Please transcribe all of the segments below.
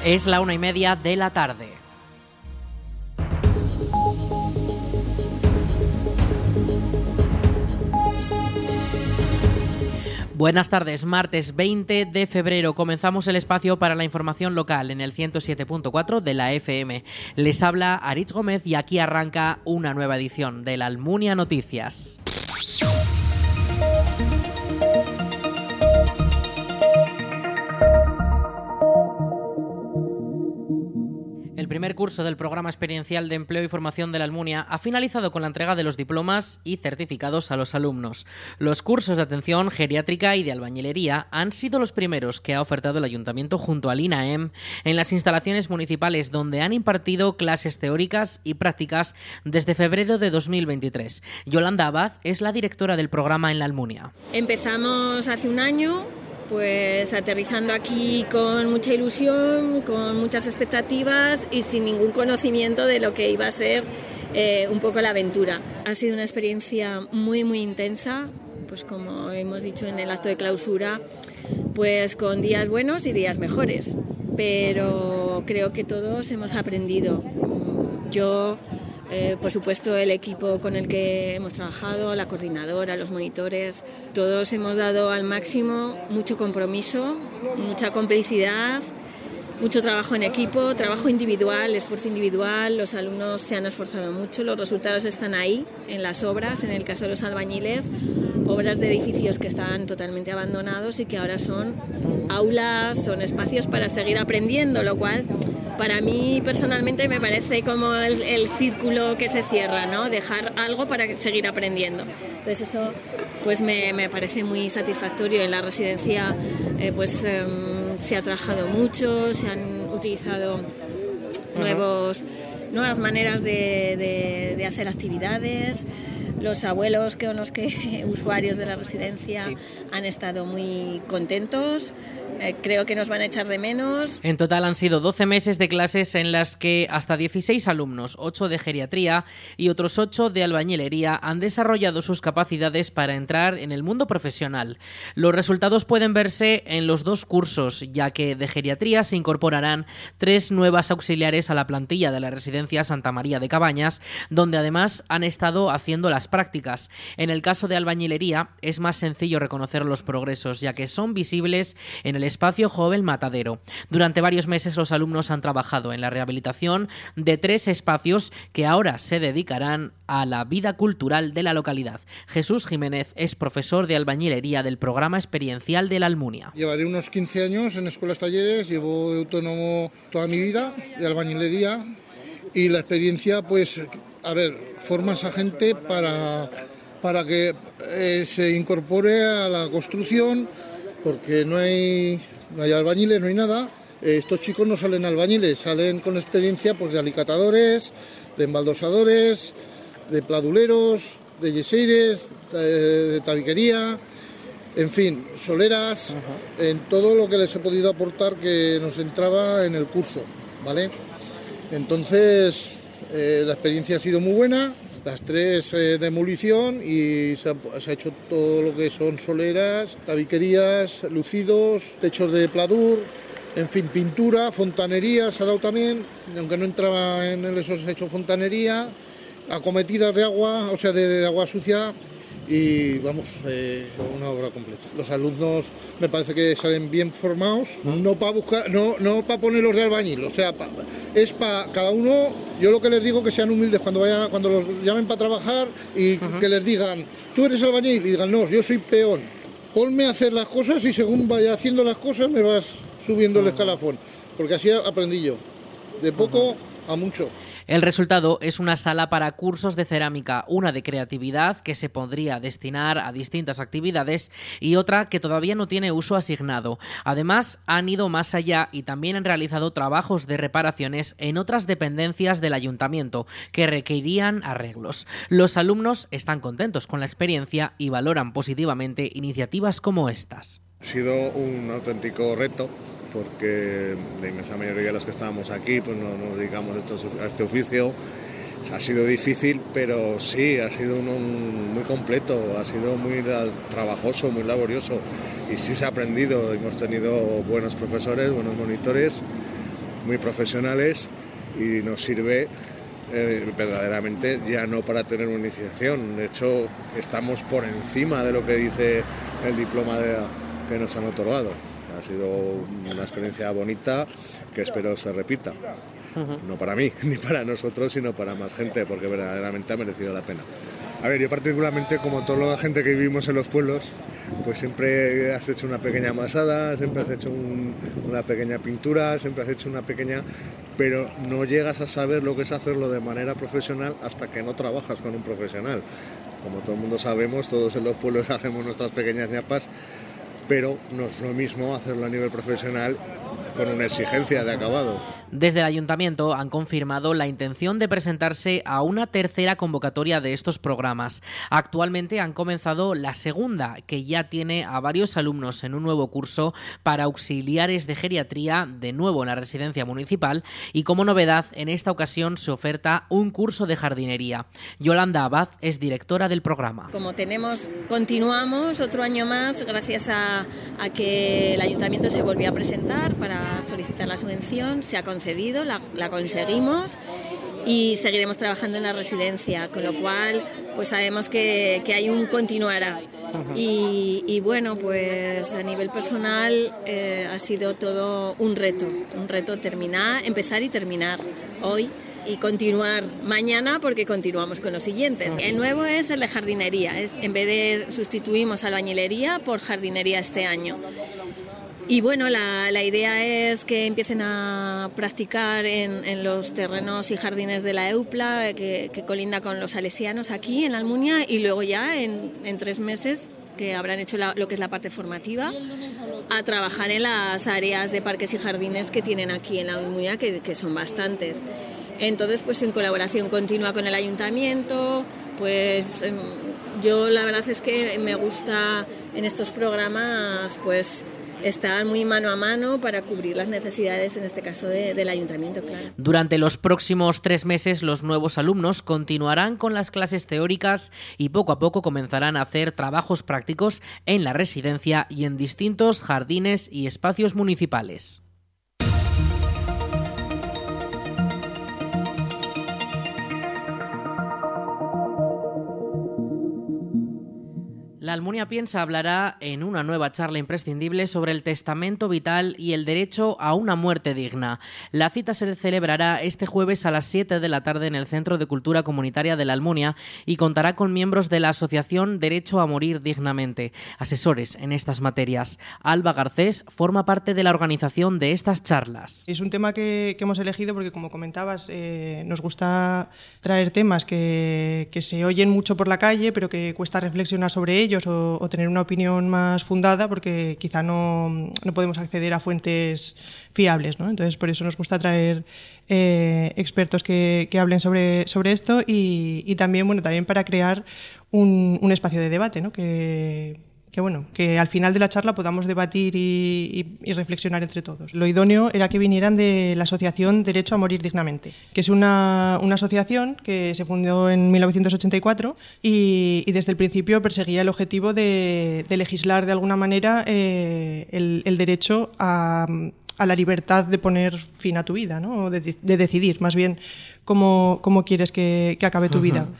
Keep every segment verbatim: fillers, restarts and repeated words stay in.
Es la una y media de la tarde. Buenas tardes, martes veinte de febrero. Comenzamos el espacio para la información local en el ciento siete punto cuatro de la F M. Les habla Aritz Gómez y aquí arranca una nueva edición de la Almunia Noticias. El primer curso del Programa Experiencial de Empleo y Formación de la Almunia ha finalizado con la entrega de los diplomas y certificados a los alumnos. Los cursos de atención geriátrica y de albañilería han sido los primeros que ha ofertado el Ayuntamiento junto al INAEM en las instalaciones municipales, donde han impartido clases teóricas y prácticas desde febrero de dos mil veintitrés. Yolanda Abad es la directora del programa en la Almunia. Empezamos hace un año. Pues aterrizando aquí con mucha ilusión, con muchas expectativas y sin ningún conocimiento de lo que iba a ser eh, un poco la aventura. Ha sido una experiencia muy muy intensa, pues como hemos dicho en el acto de clausura, pues con días buenos y días mejores, pero creo que todos hemos aprendido. Yo, Eh, por supuesto, el equipo con el que hemos trabajado, la coordinadora, los monitores, todos hemos dado al máximo, mucho compromiso, mucha complicidad, mucho trabajo en equipo, trabajo individual, esfuerzo individual. Los alumnos se han esforzado mucho, los resultados están ahí, en las obras, en el caso de los albañiles, obras de edificios que estaban totalmente abandonados y que ahora son aulas, son espacios para seguir aprendiendo, lo cual para mí personalmente me parece como el, el círculo que se cierra, ¿no? Dejar algo para seguir aprendiendo. Entonces eso pues me, me parece muy satisfactorio. En la residencia eh, pues eh, se ha trabajado mucho, se han utilizado nuevos, nuevas maneras de, de, de hacer actividades. Los abuelos que, los que usuarios de la residencia sí. han estado muy contentos. Eh, creo que nos van a echar de menos. En total han sido doce meses de clases en las que hasta dieciséis alumnos, ocho de geriatría y otros ocho de albañilería, han desarrollado sus capacidades para entrar en el mundo profesional. Los resultados pueden verse en los dos cursos, ya que de geriatría se incorporarán tres nuevas auxiliares a la plantilla de la residencia Santa María de Cabañas, donde además han estado haciendo las prácticas. En el caso de albañilería es más sencillo reconocer los progresos, ya que son visibles en el espacio Joven Matadero. Durante varios meses los alumnos han trabajado en la rehabilitación de tres espacios que ahora se dedicarán a la vida cultural de la localidad. Jesús Jiménez es profesor de albañilería del Programa Experiencial de la Almunia. Llevaré unos quince años en escuelas talleres, llevo de autónomo toda mi vida de albañilería y la experiencia, pues, a ver, formas a gente para, para que eh, se incorpore a la construcción, porque no hay, no hay albañiles, no hay nada. Eh, estos chicos no salen albañiles, salen con experiencia pues, de alicatadores, de embaldosadores, de pladuleros, de yeseires, de, de tabiquería, en fin, soleras, uh-huh. en todo lo que les he podido aportar que nos entraba en el curso, ¿vale? Entonces, eh, la experiencia ha sido muy buena. Las tres eh, demolición y se ha, se ha hecho todo lo que son soleras, tabiquerías, lucidos, techos de pladur, en fin, pintura, fontanería se ha dado también, aunque no entraba en eso se ha hecho fontanería, acometidas de agua, o sea, de, de agua sucia y vamos, eh, una obra completa. Los alumnos me parece que salen bien formados, no para buscar, no, no para ponerlos de albañil, o sea, pa, es para cada uno. Yo lo que les digo que sean humildes cuando vayan, cuando los llamen para trabajar y uh-huh. que les digan, tú eres albañil, y digan, no, yo soy peón, ponme a hacer las cosas y según vaya haciendo las cosas me vas subiendo uh-huh. el escalafón, porque así aprendí yo, de poco uh-huh. a mucho. El resultado es una sala para cursos de cerámica, una de creatividad que se podría destinar a distintas actividades y otra que todavía no tiene uso asignado. Además, han ido más allá y también han realizado trabajos de reparaciones en otras dependencias del ayuntamiento que requerían arreglos. Los alumnos están contentos con la experiencia y valoran positivamente iniciativas como estas. Ha sido un auténtico reto, porque la inmensa mayoría de los que estábamos aquí pues no nos dedicamos a este oficio. Ha sido difícil, pero sí, ha sido un, un, muy completo, ha sido muy trabajoso, muy laborioso y sí se ha aprendido. Hemos tenido buenos profesores, buenos monitores muy profesionales y nos sirve eh, verdaderamente ya no para tener una iniciación. De hecho, estamos por encima de lo que dice el diploma de, que nos han otorgado. Ha sido una experiencia bonita que espero se repita. Uh-huh. No para mí, ni para nosotros, sino para más gente, porque verdaderamente ha merecido la pena. A ver, yo particularmente, como toda la gente que vivimos en los pueblos, pues siempre has hecho una pequeña amasada, siempre has hecho un, una pequeña pintura, siempre has hecho una pequeña... pero no llegas a saber lo que es hacerlo de manera profesional hasta que no trabajas con un profesional. Como todo el mundo sabemos, todos en los pueblos hacemos nuestras pequeñas ñapas, pero no es lo mismo hacerlo a nivel profesional con una exigencia de acabado. Desde el Ayuntamiento han confirmado la intención de presentarse a una tercera convocatoria de estos programas. Actualmente han comenzado la segunda, que ya tiene a varios alumnos en un nuevo curso para auxiliares de geriatría, de nuevo en la residencia municipal, y como novedad, en esta ocasión se oferta un curso de jardinería. Yolanda Abad es directora del programa. Como tenemos, continuamos otro año más gracias a, a que el Ayuntamiento se volvió a presentar para solicitar la subvención, se ha concedido, la, la conseguimos y seguiremos trabajando en la residencia, con lo cual pues sabemos que, que hay un continuará. Y, y bueno, pues a nivel personal eh, ha sido todo un reto, un reto terminar, empezar y terminar hoy y continuar mañana porque continuamos con los siguientes. El nuevo es el de jardinería, es, en vez de sustituimos albañilería por jardinería este año. Y bueno, la, la idea es que empiecen a practicar en, en los terrenos y jardines de la EUPLA, que, que colinda con los salesianos aquí en la Almunia, y luego ya en, en tres meses, que habrán hecho la, lo que es la parte formativa, a trabajar en las áreas de parques y jardines que tienen aquí en la Almunia, que, que son bastantes. Entonces, pues en colaboración continua con el Ayuntamiento, pues yo la verdad es que me gusta en estos programas, pues estar muy mano a mano para cubrir las necesidades, en este caso, de, del Ayuntamiento, claro. Durante los próximos tres meses, los nuevos alumnos continuarán con las clases teóricas y poco a poco comenzarán a hacer trabajos prácticos en la residencia y en distintos jardines y espacios municipales. La Almunia Piensa hablará en una nueva charla imprescindible sobre el testamento vital y el derecho a una muerte digna. La cita se celebrará este jueves a las siete de la tarde en el Centro de Cultura Comunitaria de la Almunia y contará con miembros de la Asociación Derecho a Morir Dignamente, asesores en estas materias. Alba Garcés forma parte de la organización de estas charlas. Es un tema que, que hemos elegido porque, como comentabas, eh, nos gusta traer temas que, que se oyen mucho por la calle, pero que cuesta reflexionar sobre ellos O, o tener una opinión más fundada porque quizá no, no podemos acceder a fuentes fiables, ¿no? Entonces, por eso nos gusta traer eh, expertos que, que hablen sobre, sobre esto y, y también, bueno, también para crear un, un espacio de debate, ¿no? Que, que bueno, que al final de la charla podamos debatir y, y, y reflexionar entre todos. Lo idóneo era que vinieran de la Asociación Derecho a Morir Dignamente, que es una, una asociación que se fundó en mil novecientos ochenta y cuatro y, y desde el principio perseguía el objetivo de, de legislar de alguna manera eh, el, el derecho a, a la libertad de poner fin a tu vida, ¿no? de, de decidir más bien cómo, cómo quieres que, que acabe tu uh-huh. vida.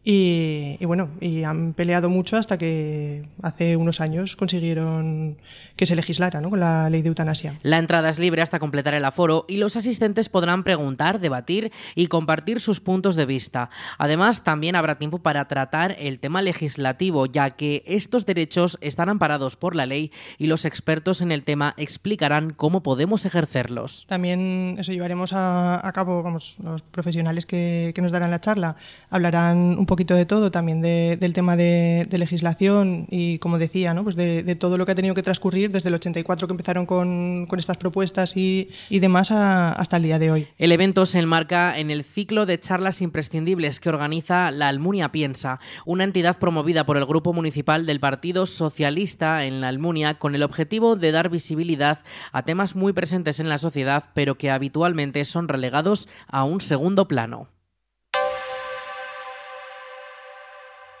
Y, y bueno, y han peleado mucho hasta que hace unos años consiguieron que se legislara, ¿no? Con la ley de eutanasia. La entrada es libre hasta completar el aforo y los asistentes podrán preguntar, debatir y compartir sus puntos de vista. Además, también habrá tiempo para tratar el tema legislativo, ya que estos derechos están amparados por la ley y los expertos en el tema explicarán cómo podemos ejercerlos. También eso llevaremos a, a cabo, vamos, los profesionales que, que nos darán la charla hablarán un poco poquito de todo, también de, del tema de, de legislación y, como decía, ¿no? Pues de, de todo lo que ha tenido que transcurrir desde el ochenta y cuatro que empezaron con, con estas propuestas y, y demás a, hasta el día de hoy. El evento se enmarca en el ciclo de charlas imprescindibles que organiza la Almunia Piensa, una entidad promovida por el Grupo Municipal del Partido Socialista en la Almunia con el objetivo de dar visibilidad a temas muy presentes en la sociedad pero que habitualmente son relegados a un segundo plano.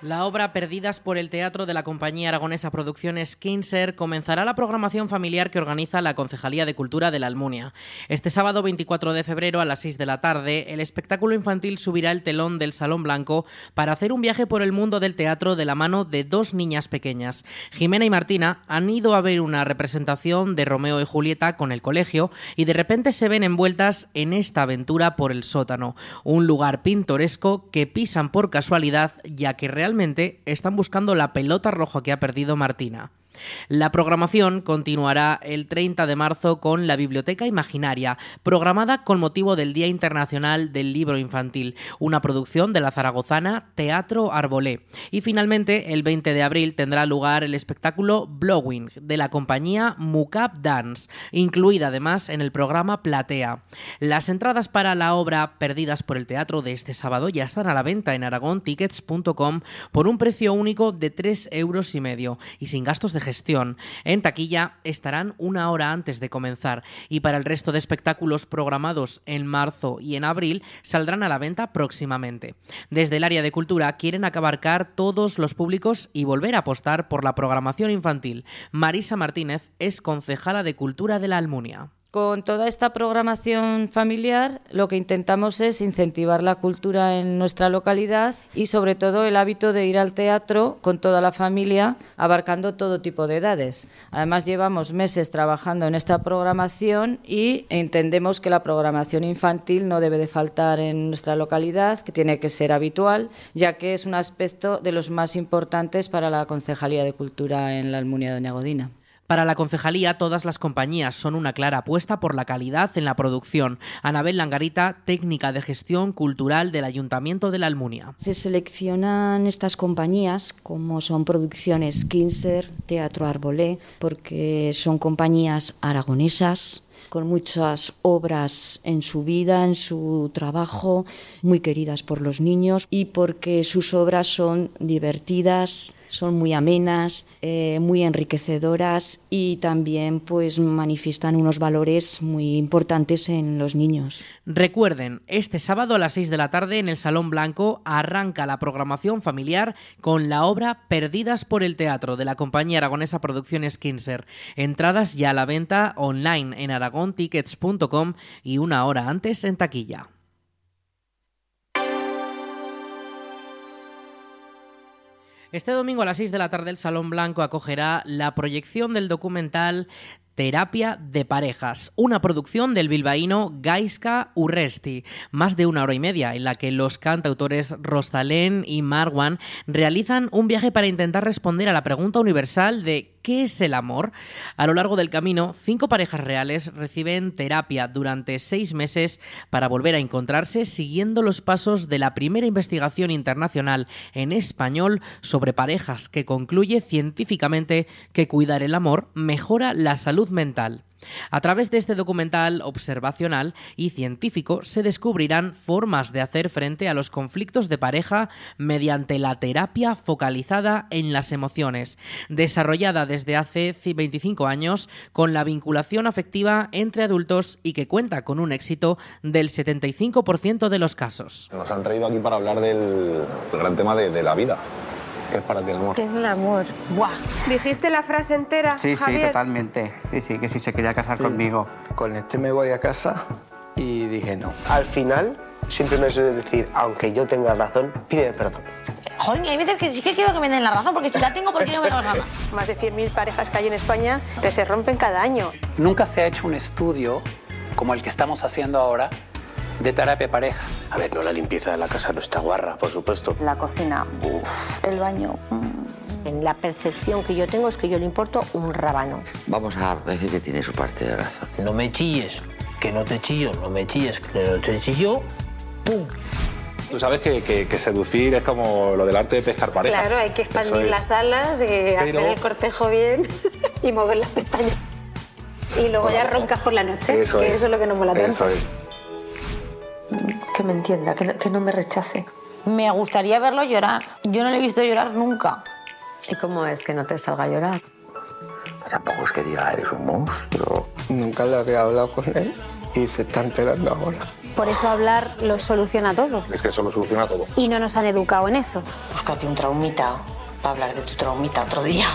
La obra Perdidas por el Teatro de la compañía aragonesa Producciones Kinser comenzará la programación familiar que organiza la Concejalía de Cultura de la Almunia. Este sábado veinticuatro de febrero a las seis de la tarde, el espectáculo infantil subirá el telón del Salón Blanco para hacer un viaje por el mundo del teatro de la mano de dos niñas pequeñas. Jimena y Martina han ido a ver una representación de Romeo y Julieta con el colegio y de repente se ven envueltas en esta aventura por el sótano, un lugar pintoresco que pisan por casualidad, ya que realmente están buscando la pelota roja que ha perdido Martina. La programación continuará el treinta de marzo con la Biblioteca Imaginaria, programada con motivo del Día Internacional del Libro Infantil, una producción de la zaragozana Teatro Arbolé. Y finalmente, el veinte de abril tendrá lugar el espectáculo Blowing de la compañía Mucap Dance, incluida además en el programa Platea. Las entradas para la obra Perdidas por el Teatro de este sábado ya están a la venta en aragon tickets punto com por un precio único de tres euros y medio y sin gastos de gestión. En taquilla estarán una hora antes de comenzar y para el resto de espectáculos programados en marzo y en abril saldrán a la venta próximamente. Desde el área de cultura quieren abarcar todos los públicos y volver a apostar por la programación infantil. Marisa Martínez es concejala de Cultura de la Almunia. Con toda esta programación familiar, lo que intentamos es incentivar la cultura en nuestra localidad y sobre todo el hábito de ir al teatro con toda la familia, abarcando todo tipo de edades. Además, llevamos meses trabajando en esta programación y entendemos que la programación infantil no debe de faltar en nuestra localidad, que tiene que ser habitual, ya que es un aspecto de los más importantes para la Concejalía de Cultura en la Almunia de Doña Godina. Para la concejalía, todas las compañías son una clara apuesta por la calidad en la producción. Anabel Langarita, técnica de gestión cultural del Ayuntamiento de la Almunia. Se seleccionan estas compañías, como son Producciones Kinser, Teatro Arbolé, porque son compañías aragonesas, con muchas obras en su vida, en su trabajo, muy queridas por los niños y porque sus obras son divertidas, son muy amenas, eh, muy enriquecedoras y también pues manifiestan unos valores muy importantes en los niños. Recuerden, este sábado a las seis de la tarde en el Salón Blanco arranca la programación familiar con la obra Perdidas por el Teatro de la compañía aragonesa Producciones Kinser. Entradas ya a la venta online en aragon tickets punto com y una hora antes en taquilla. Este domingo a las seis de la tarde el Salón Blanco acogerá la proyección del documental Terapia de parejas, una producción del bilbaíno Gaizka Urresti, más de una hora y media en la que los cantautores Rosalén y Marwan realizan un viaje para intentar responder a la pregunta universal de ¿qué es el amor? A lo largo del camino, cinco parejas reales reciben terapia durante seis meses para volver a encontrarse siguiendo los pasos de la primera investigación internacional en español sobre parejas que concluye científicamente que cuidar el amor mejora la salud mental. A través de este documental observacional y científico se descubrirán formas de hacer frente a los conflictos de pareja mediante la terapia focalizada en las emociones, desarrollada desde hace veinticinco años con la vinculación afectiva entre adultos y que cuenta con un éxito del setenta y cinco por ciento de los casos. Nos han traído aquí para hablar del gran tema de, de la vida. ¿Qué es para ti el amor? ¿Qué es el amor? ¡Buah! ¿Dijiste la frase entera, Sí, Javier? sí, totalmente. Sí, sí, que sí se quería casar sí. conmigo. Con este me voy a casa y dije no. Al final, siempre me suele decir, aunque yo tenga razón, pide perdón. Joder, hay veces que sí que quiero que me den la razón, porque si la tengo, ¿por qué no me das nada? Más de cien mil parejas que hay en España que se rompen cada año. Nunca se ha hecho un estudio como el que estamos haciendo ahora de terapia pareja. A ver, no la limpieza de la casa no está guarra, por supuesto. La cocina, uff, el baño. En la percepción que yo tengo es que yo le importo un rábano. Vamos a decir que tiene su parte de razón. No me chilles, que no te chillo, no me chilles, que no te chillo, ¡pum! Tú sabes que, que, que seducir es como lo del arte de pescar pareja. Claro, hay que expandir es. las alas, eh, Pero... hacer el cortejo bien y mover las pestañas. Y luego bueno, ya roncas por la noche, eso que es. eso es lo que nos mola tanto. Eso es. Que me entienda, que no, que no me rechace. Me gustaría verlo llorar. Yo no le he visto llorar nunca. ¿Y cómo es que no te salga a llorar? Pues tampoco es que diga, eres un monstruo. Nunca le había hablado con él y se está enterando ahora. Por eso hablar lo soluciona todo. Es que eso lo soluciona todo. Y no nos han educado en eso. Búscate un traumita para hablar de tu traumita otro día.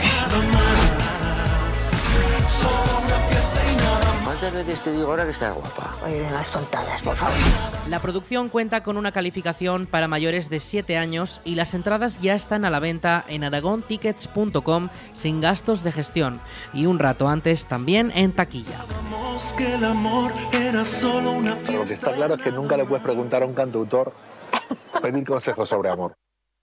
¿Cuántas veces te digo ahora que seas guapa? Oye, de más tontadas, por favor. La producción cuenta con una calificación para mayores de siete años y las entradas ya están a la venta en aragón tickets punto com sin gastos de gestión y un rato antes también en taquilla. Que el amor era solo una fiesta. Lo que está claro es que nunca le puedes preguntar a un cantautor pedir consejos sobre amor.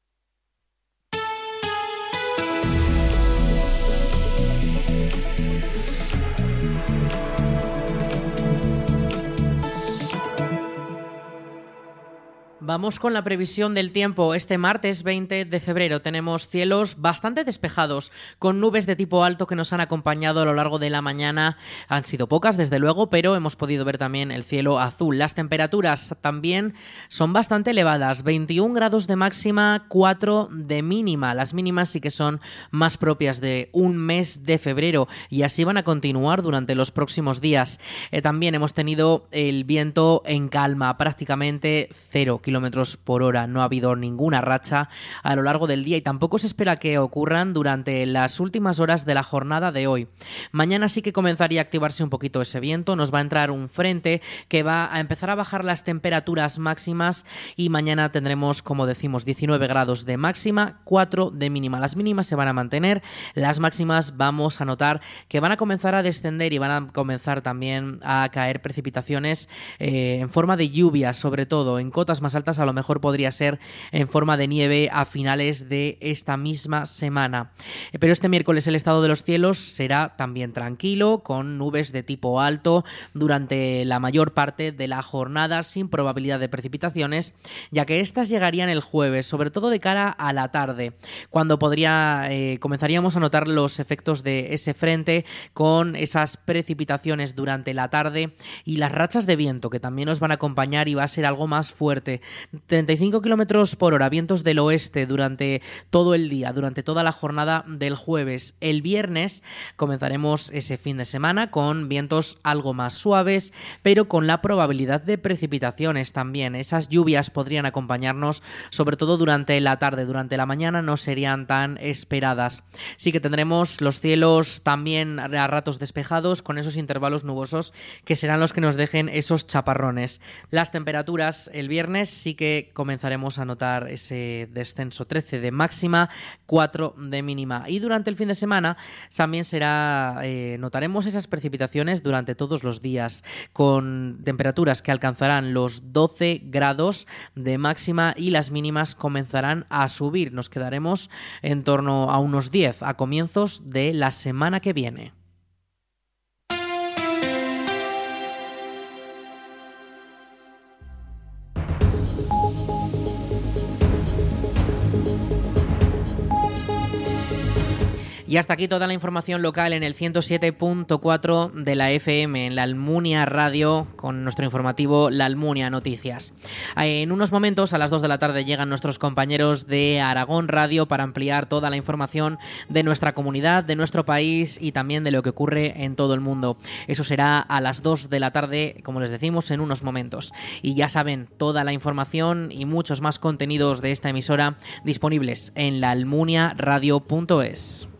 Vamos con la previsión del tiempo. Este martes veinte de febrero tenemos cielos bastante despejados, con nubes de tipo alto que nos han acompañado a lo largo de la mañana. Han sido pocas, desde luego, pero hemos podido ver también el cielo azul. Las temperaturas también son bastante elevadas, veintiún grados de máxima, cuatro de mínima. Las mínimas sí que son más propias de un mes de febrero y así van a continuar durante los próximos días. Eh, también hemos tenido el viento en calma, prácticamente cero kilómetros por hora. No ha habido ninguna racha a lo largo del día y tampoco se espera que ocurran durante las últimas horas de la jornada de hoy. Mañana sí que comenzaría a activarse un poquito ese viento, nos va a entrar un frente que va a empezar a bajar las temperaturas máximas y mañana tendremos, como decimos, diecinueve grados de máxima, cuatro de mínima. Las mínimas se van a mantener, las máximas vamos a notar que van a comenzar a descender y van a comenzar también a caer precipitaciones eh, en forma de lluvia, sobre todo en cotas más altas, a lo mejor podría ser en forma de nieve a finales de esta misma semana. Pero este miércoles el estado de los cielos será también tranquilo, con nubes de tipo alto durante la mayor parte de la jornada, sin probabilidad de precipitaciones, ya que estas llegarían el jueves, sobre todo de cara a la tarde, cuando podría eh, comenzaríamos a notar los efectos de ese frente con esas precipitaciones durante la tarde y las rachas de viento que también nos van a acompañar y va a ser algo más fuerte. treinta y cinco kilómetros por hora, vientos del oeste durante todo el día, durante toda la jornada del jueves. El viernes comenzaremos ese fin de semana con vientos algo más suaves, pero con la probabilidad de precipitaciones también. Esas lluvias podrían acompañarnos, sobre todo durante la tarde, durante la mañana no serían tan esperadas. Sí que tendremos los cielos también a ratos despejados, con esos intervalos nubosos que serán los que nos dejen esos chaparrones. Las temperaturas el viernes sí que comenzaremos a notar ese descenso, trece de máxima, cuatro de mínima. Y durante el fin de semana también será, eh, notaremos esas precipitaciones durante todos los días, con temperaturas que alcanzarán los doce grados de máxima y las mínimas comenzarán a subir. Nos quedaremos en torno a unos diez a comienzos de la semana que viene. Y hasta aquí toda la información local en el ciento siete punto cuatro de la F M, en la Almunia Radio, con nuestro informativo La Almunia Noticias. En unos momentos, a las dos de la tarde, llegan nuestros compañeros de Aragón Radio para ampliar toda la información de nuestra comunidad, de nuestro país y también de lo que ocurre en todo el mundo. Eso será a las dos de la tarde, como les decimos, en unos momentos. Y ya saben, toda la información y muchos más contenidos de esta emisora disponibles en la almunia radio punto es.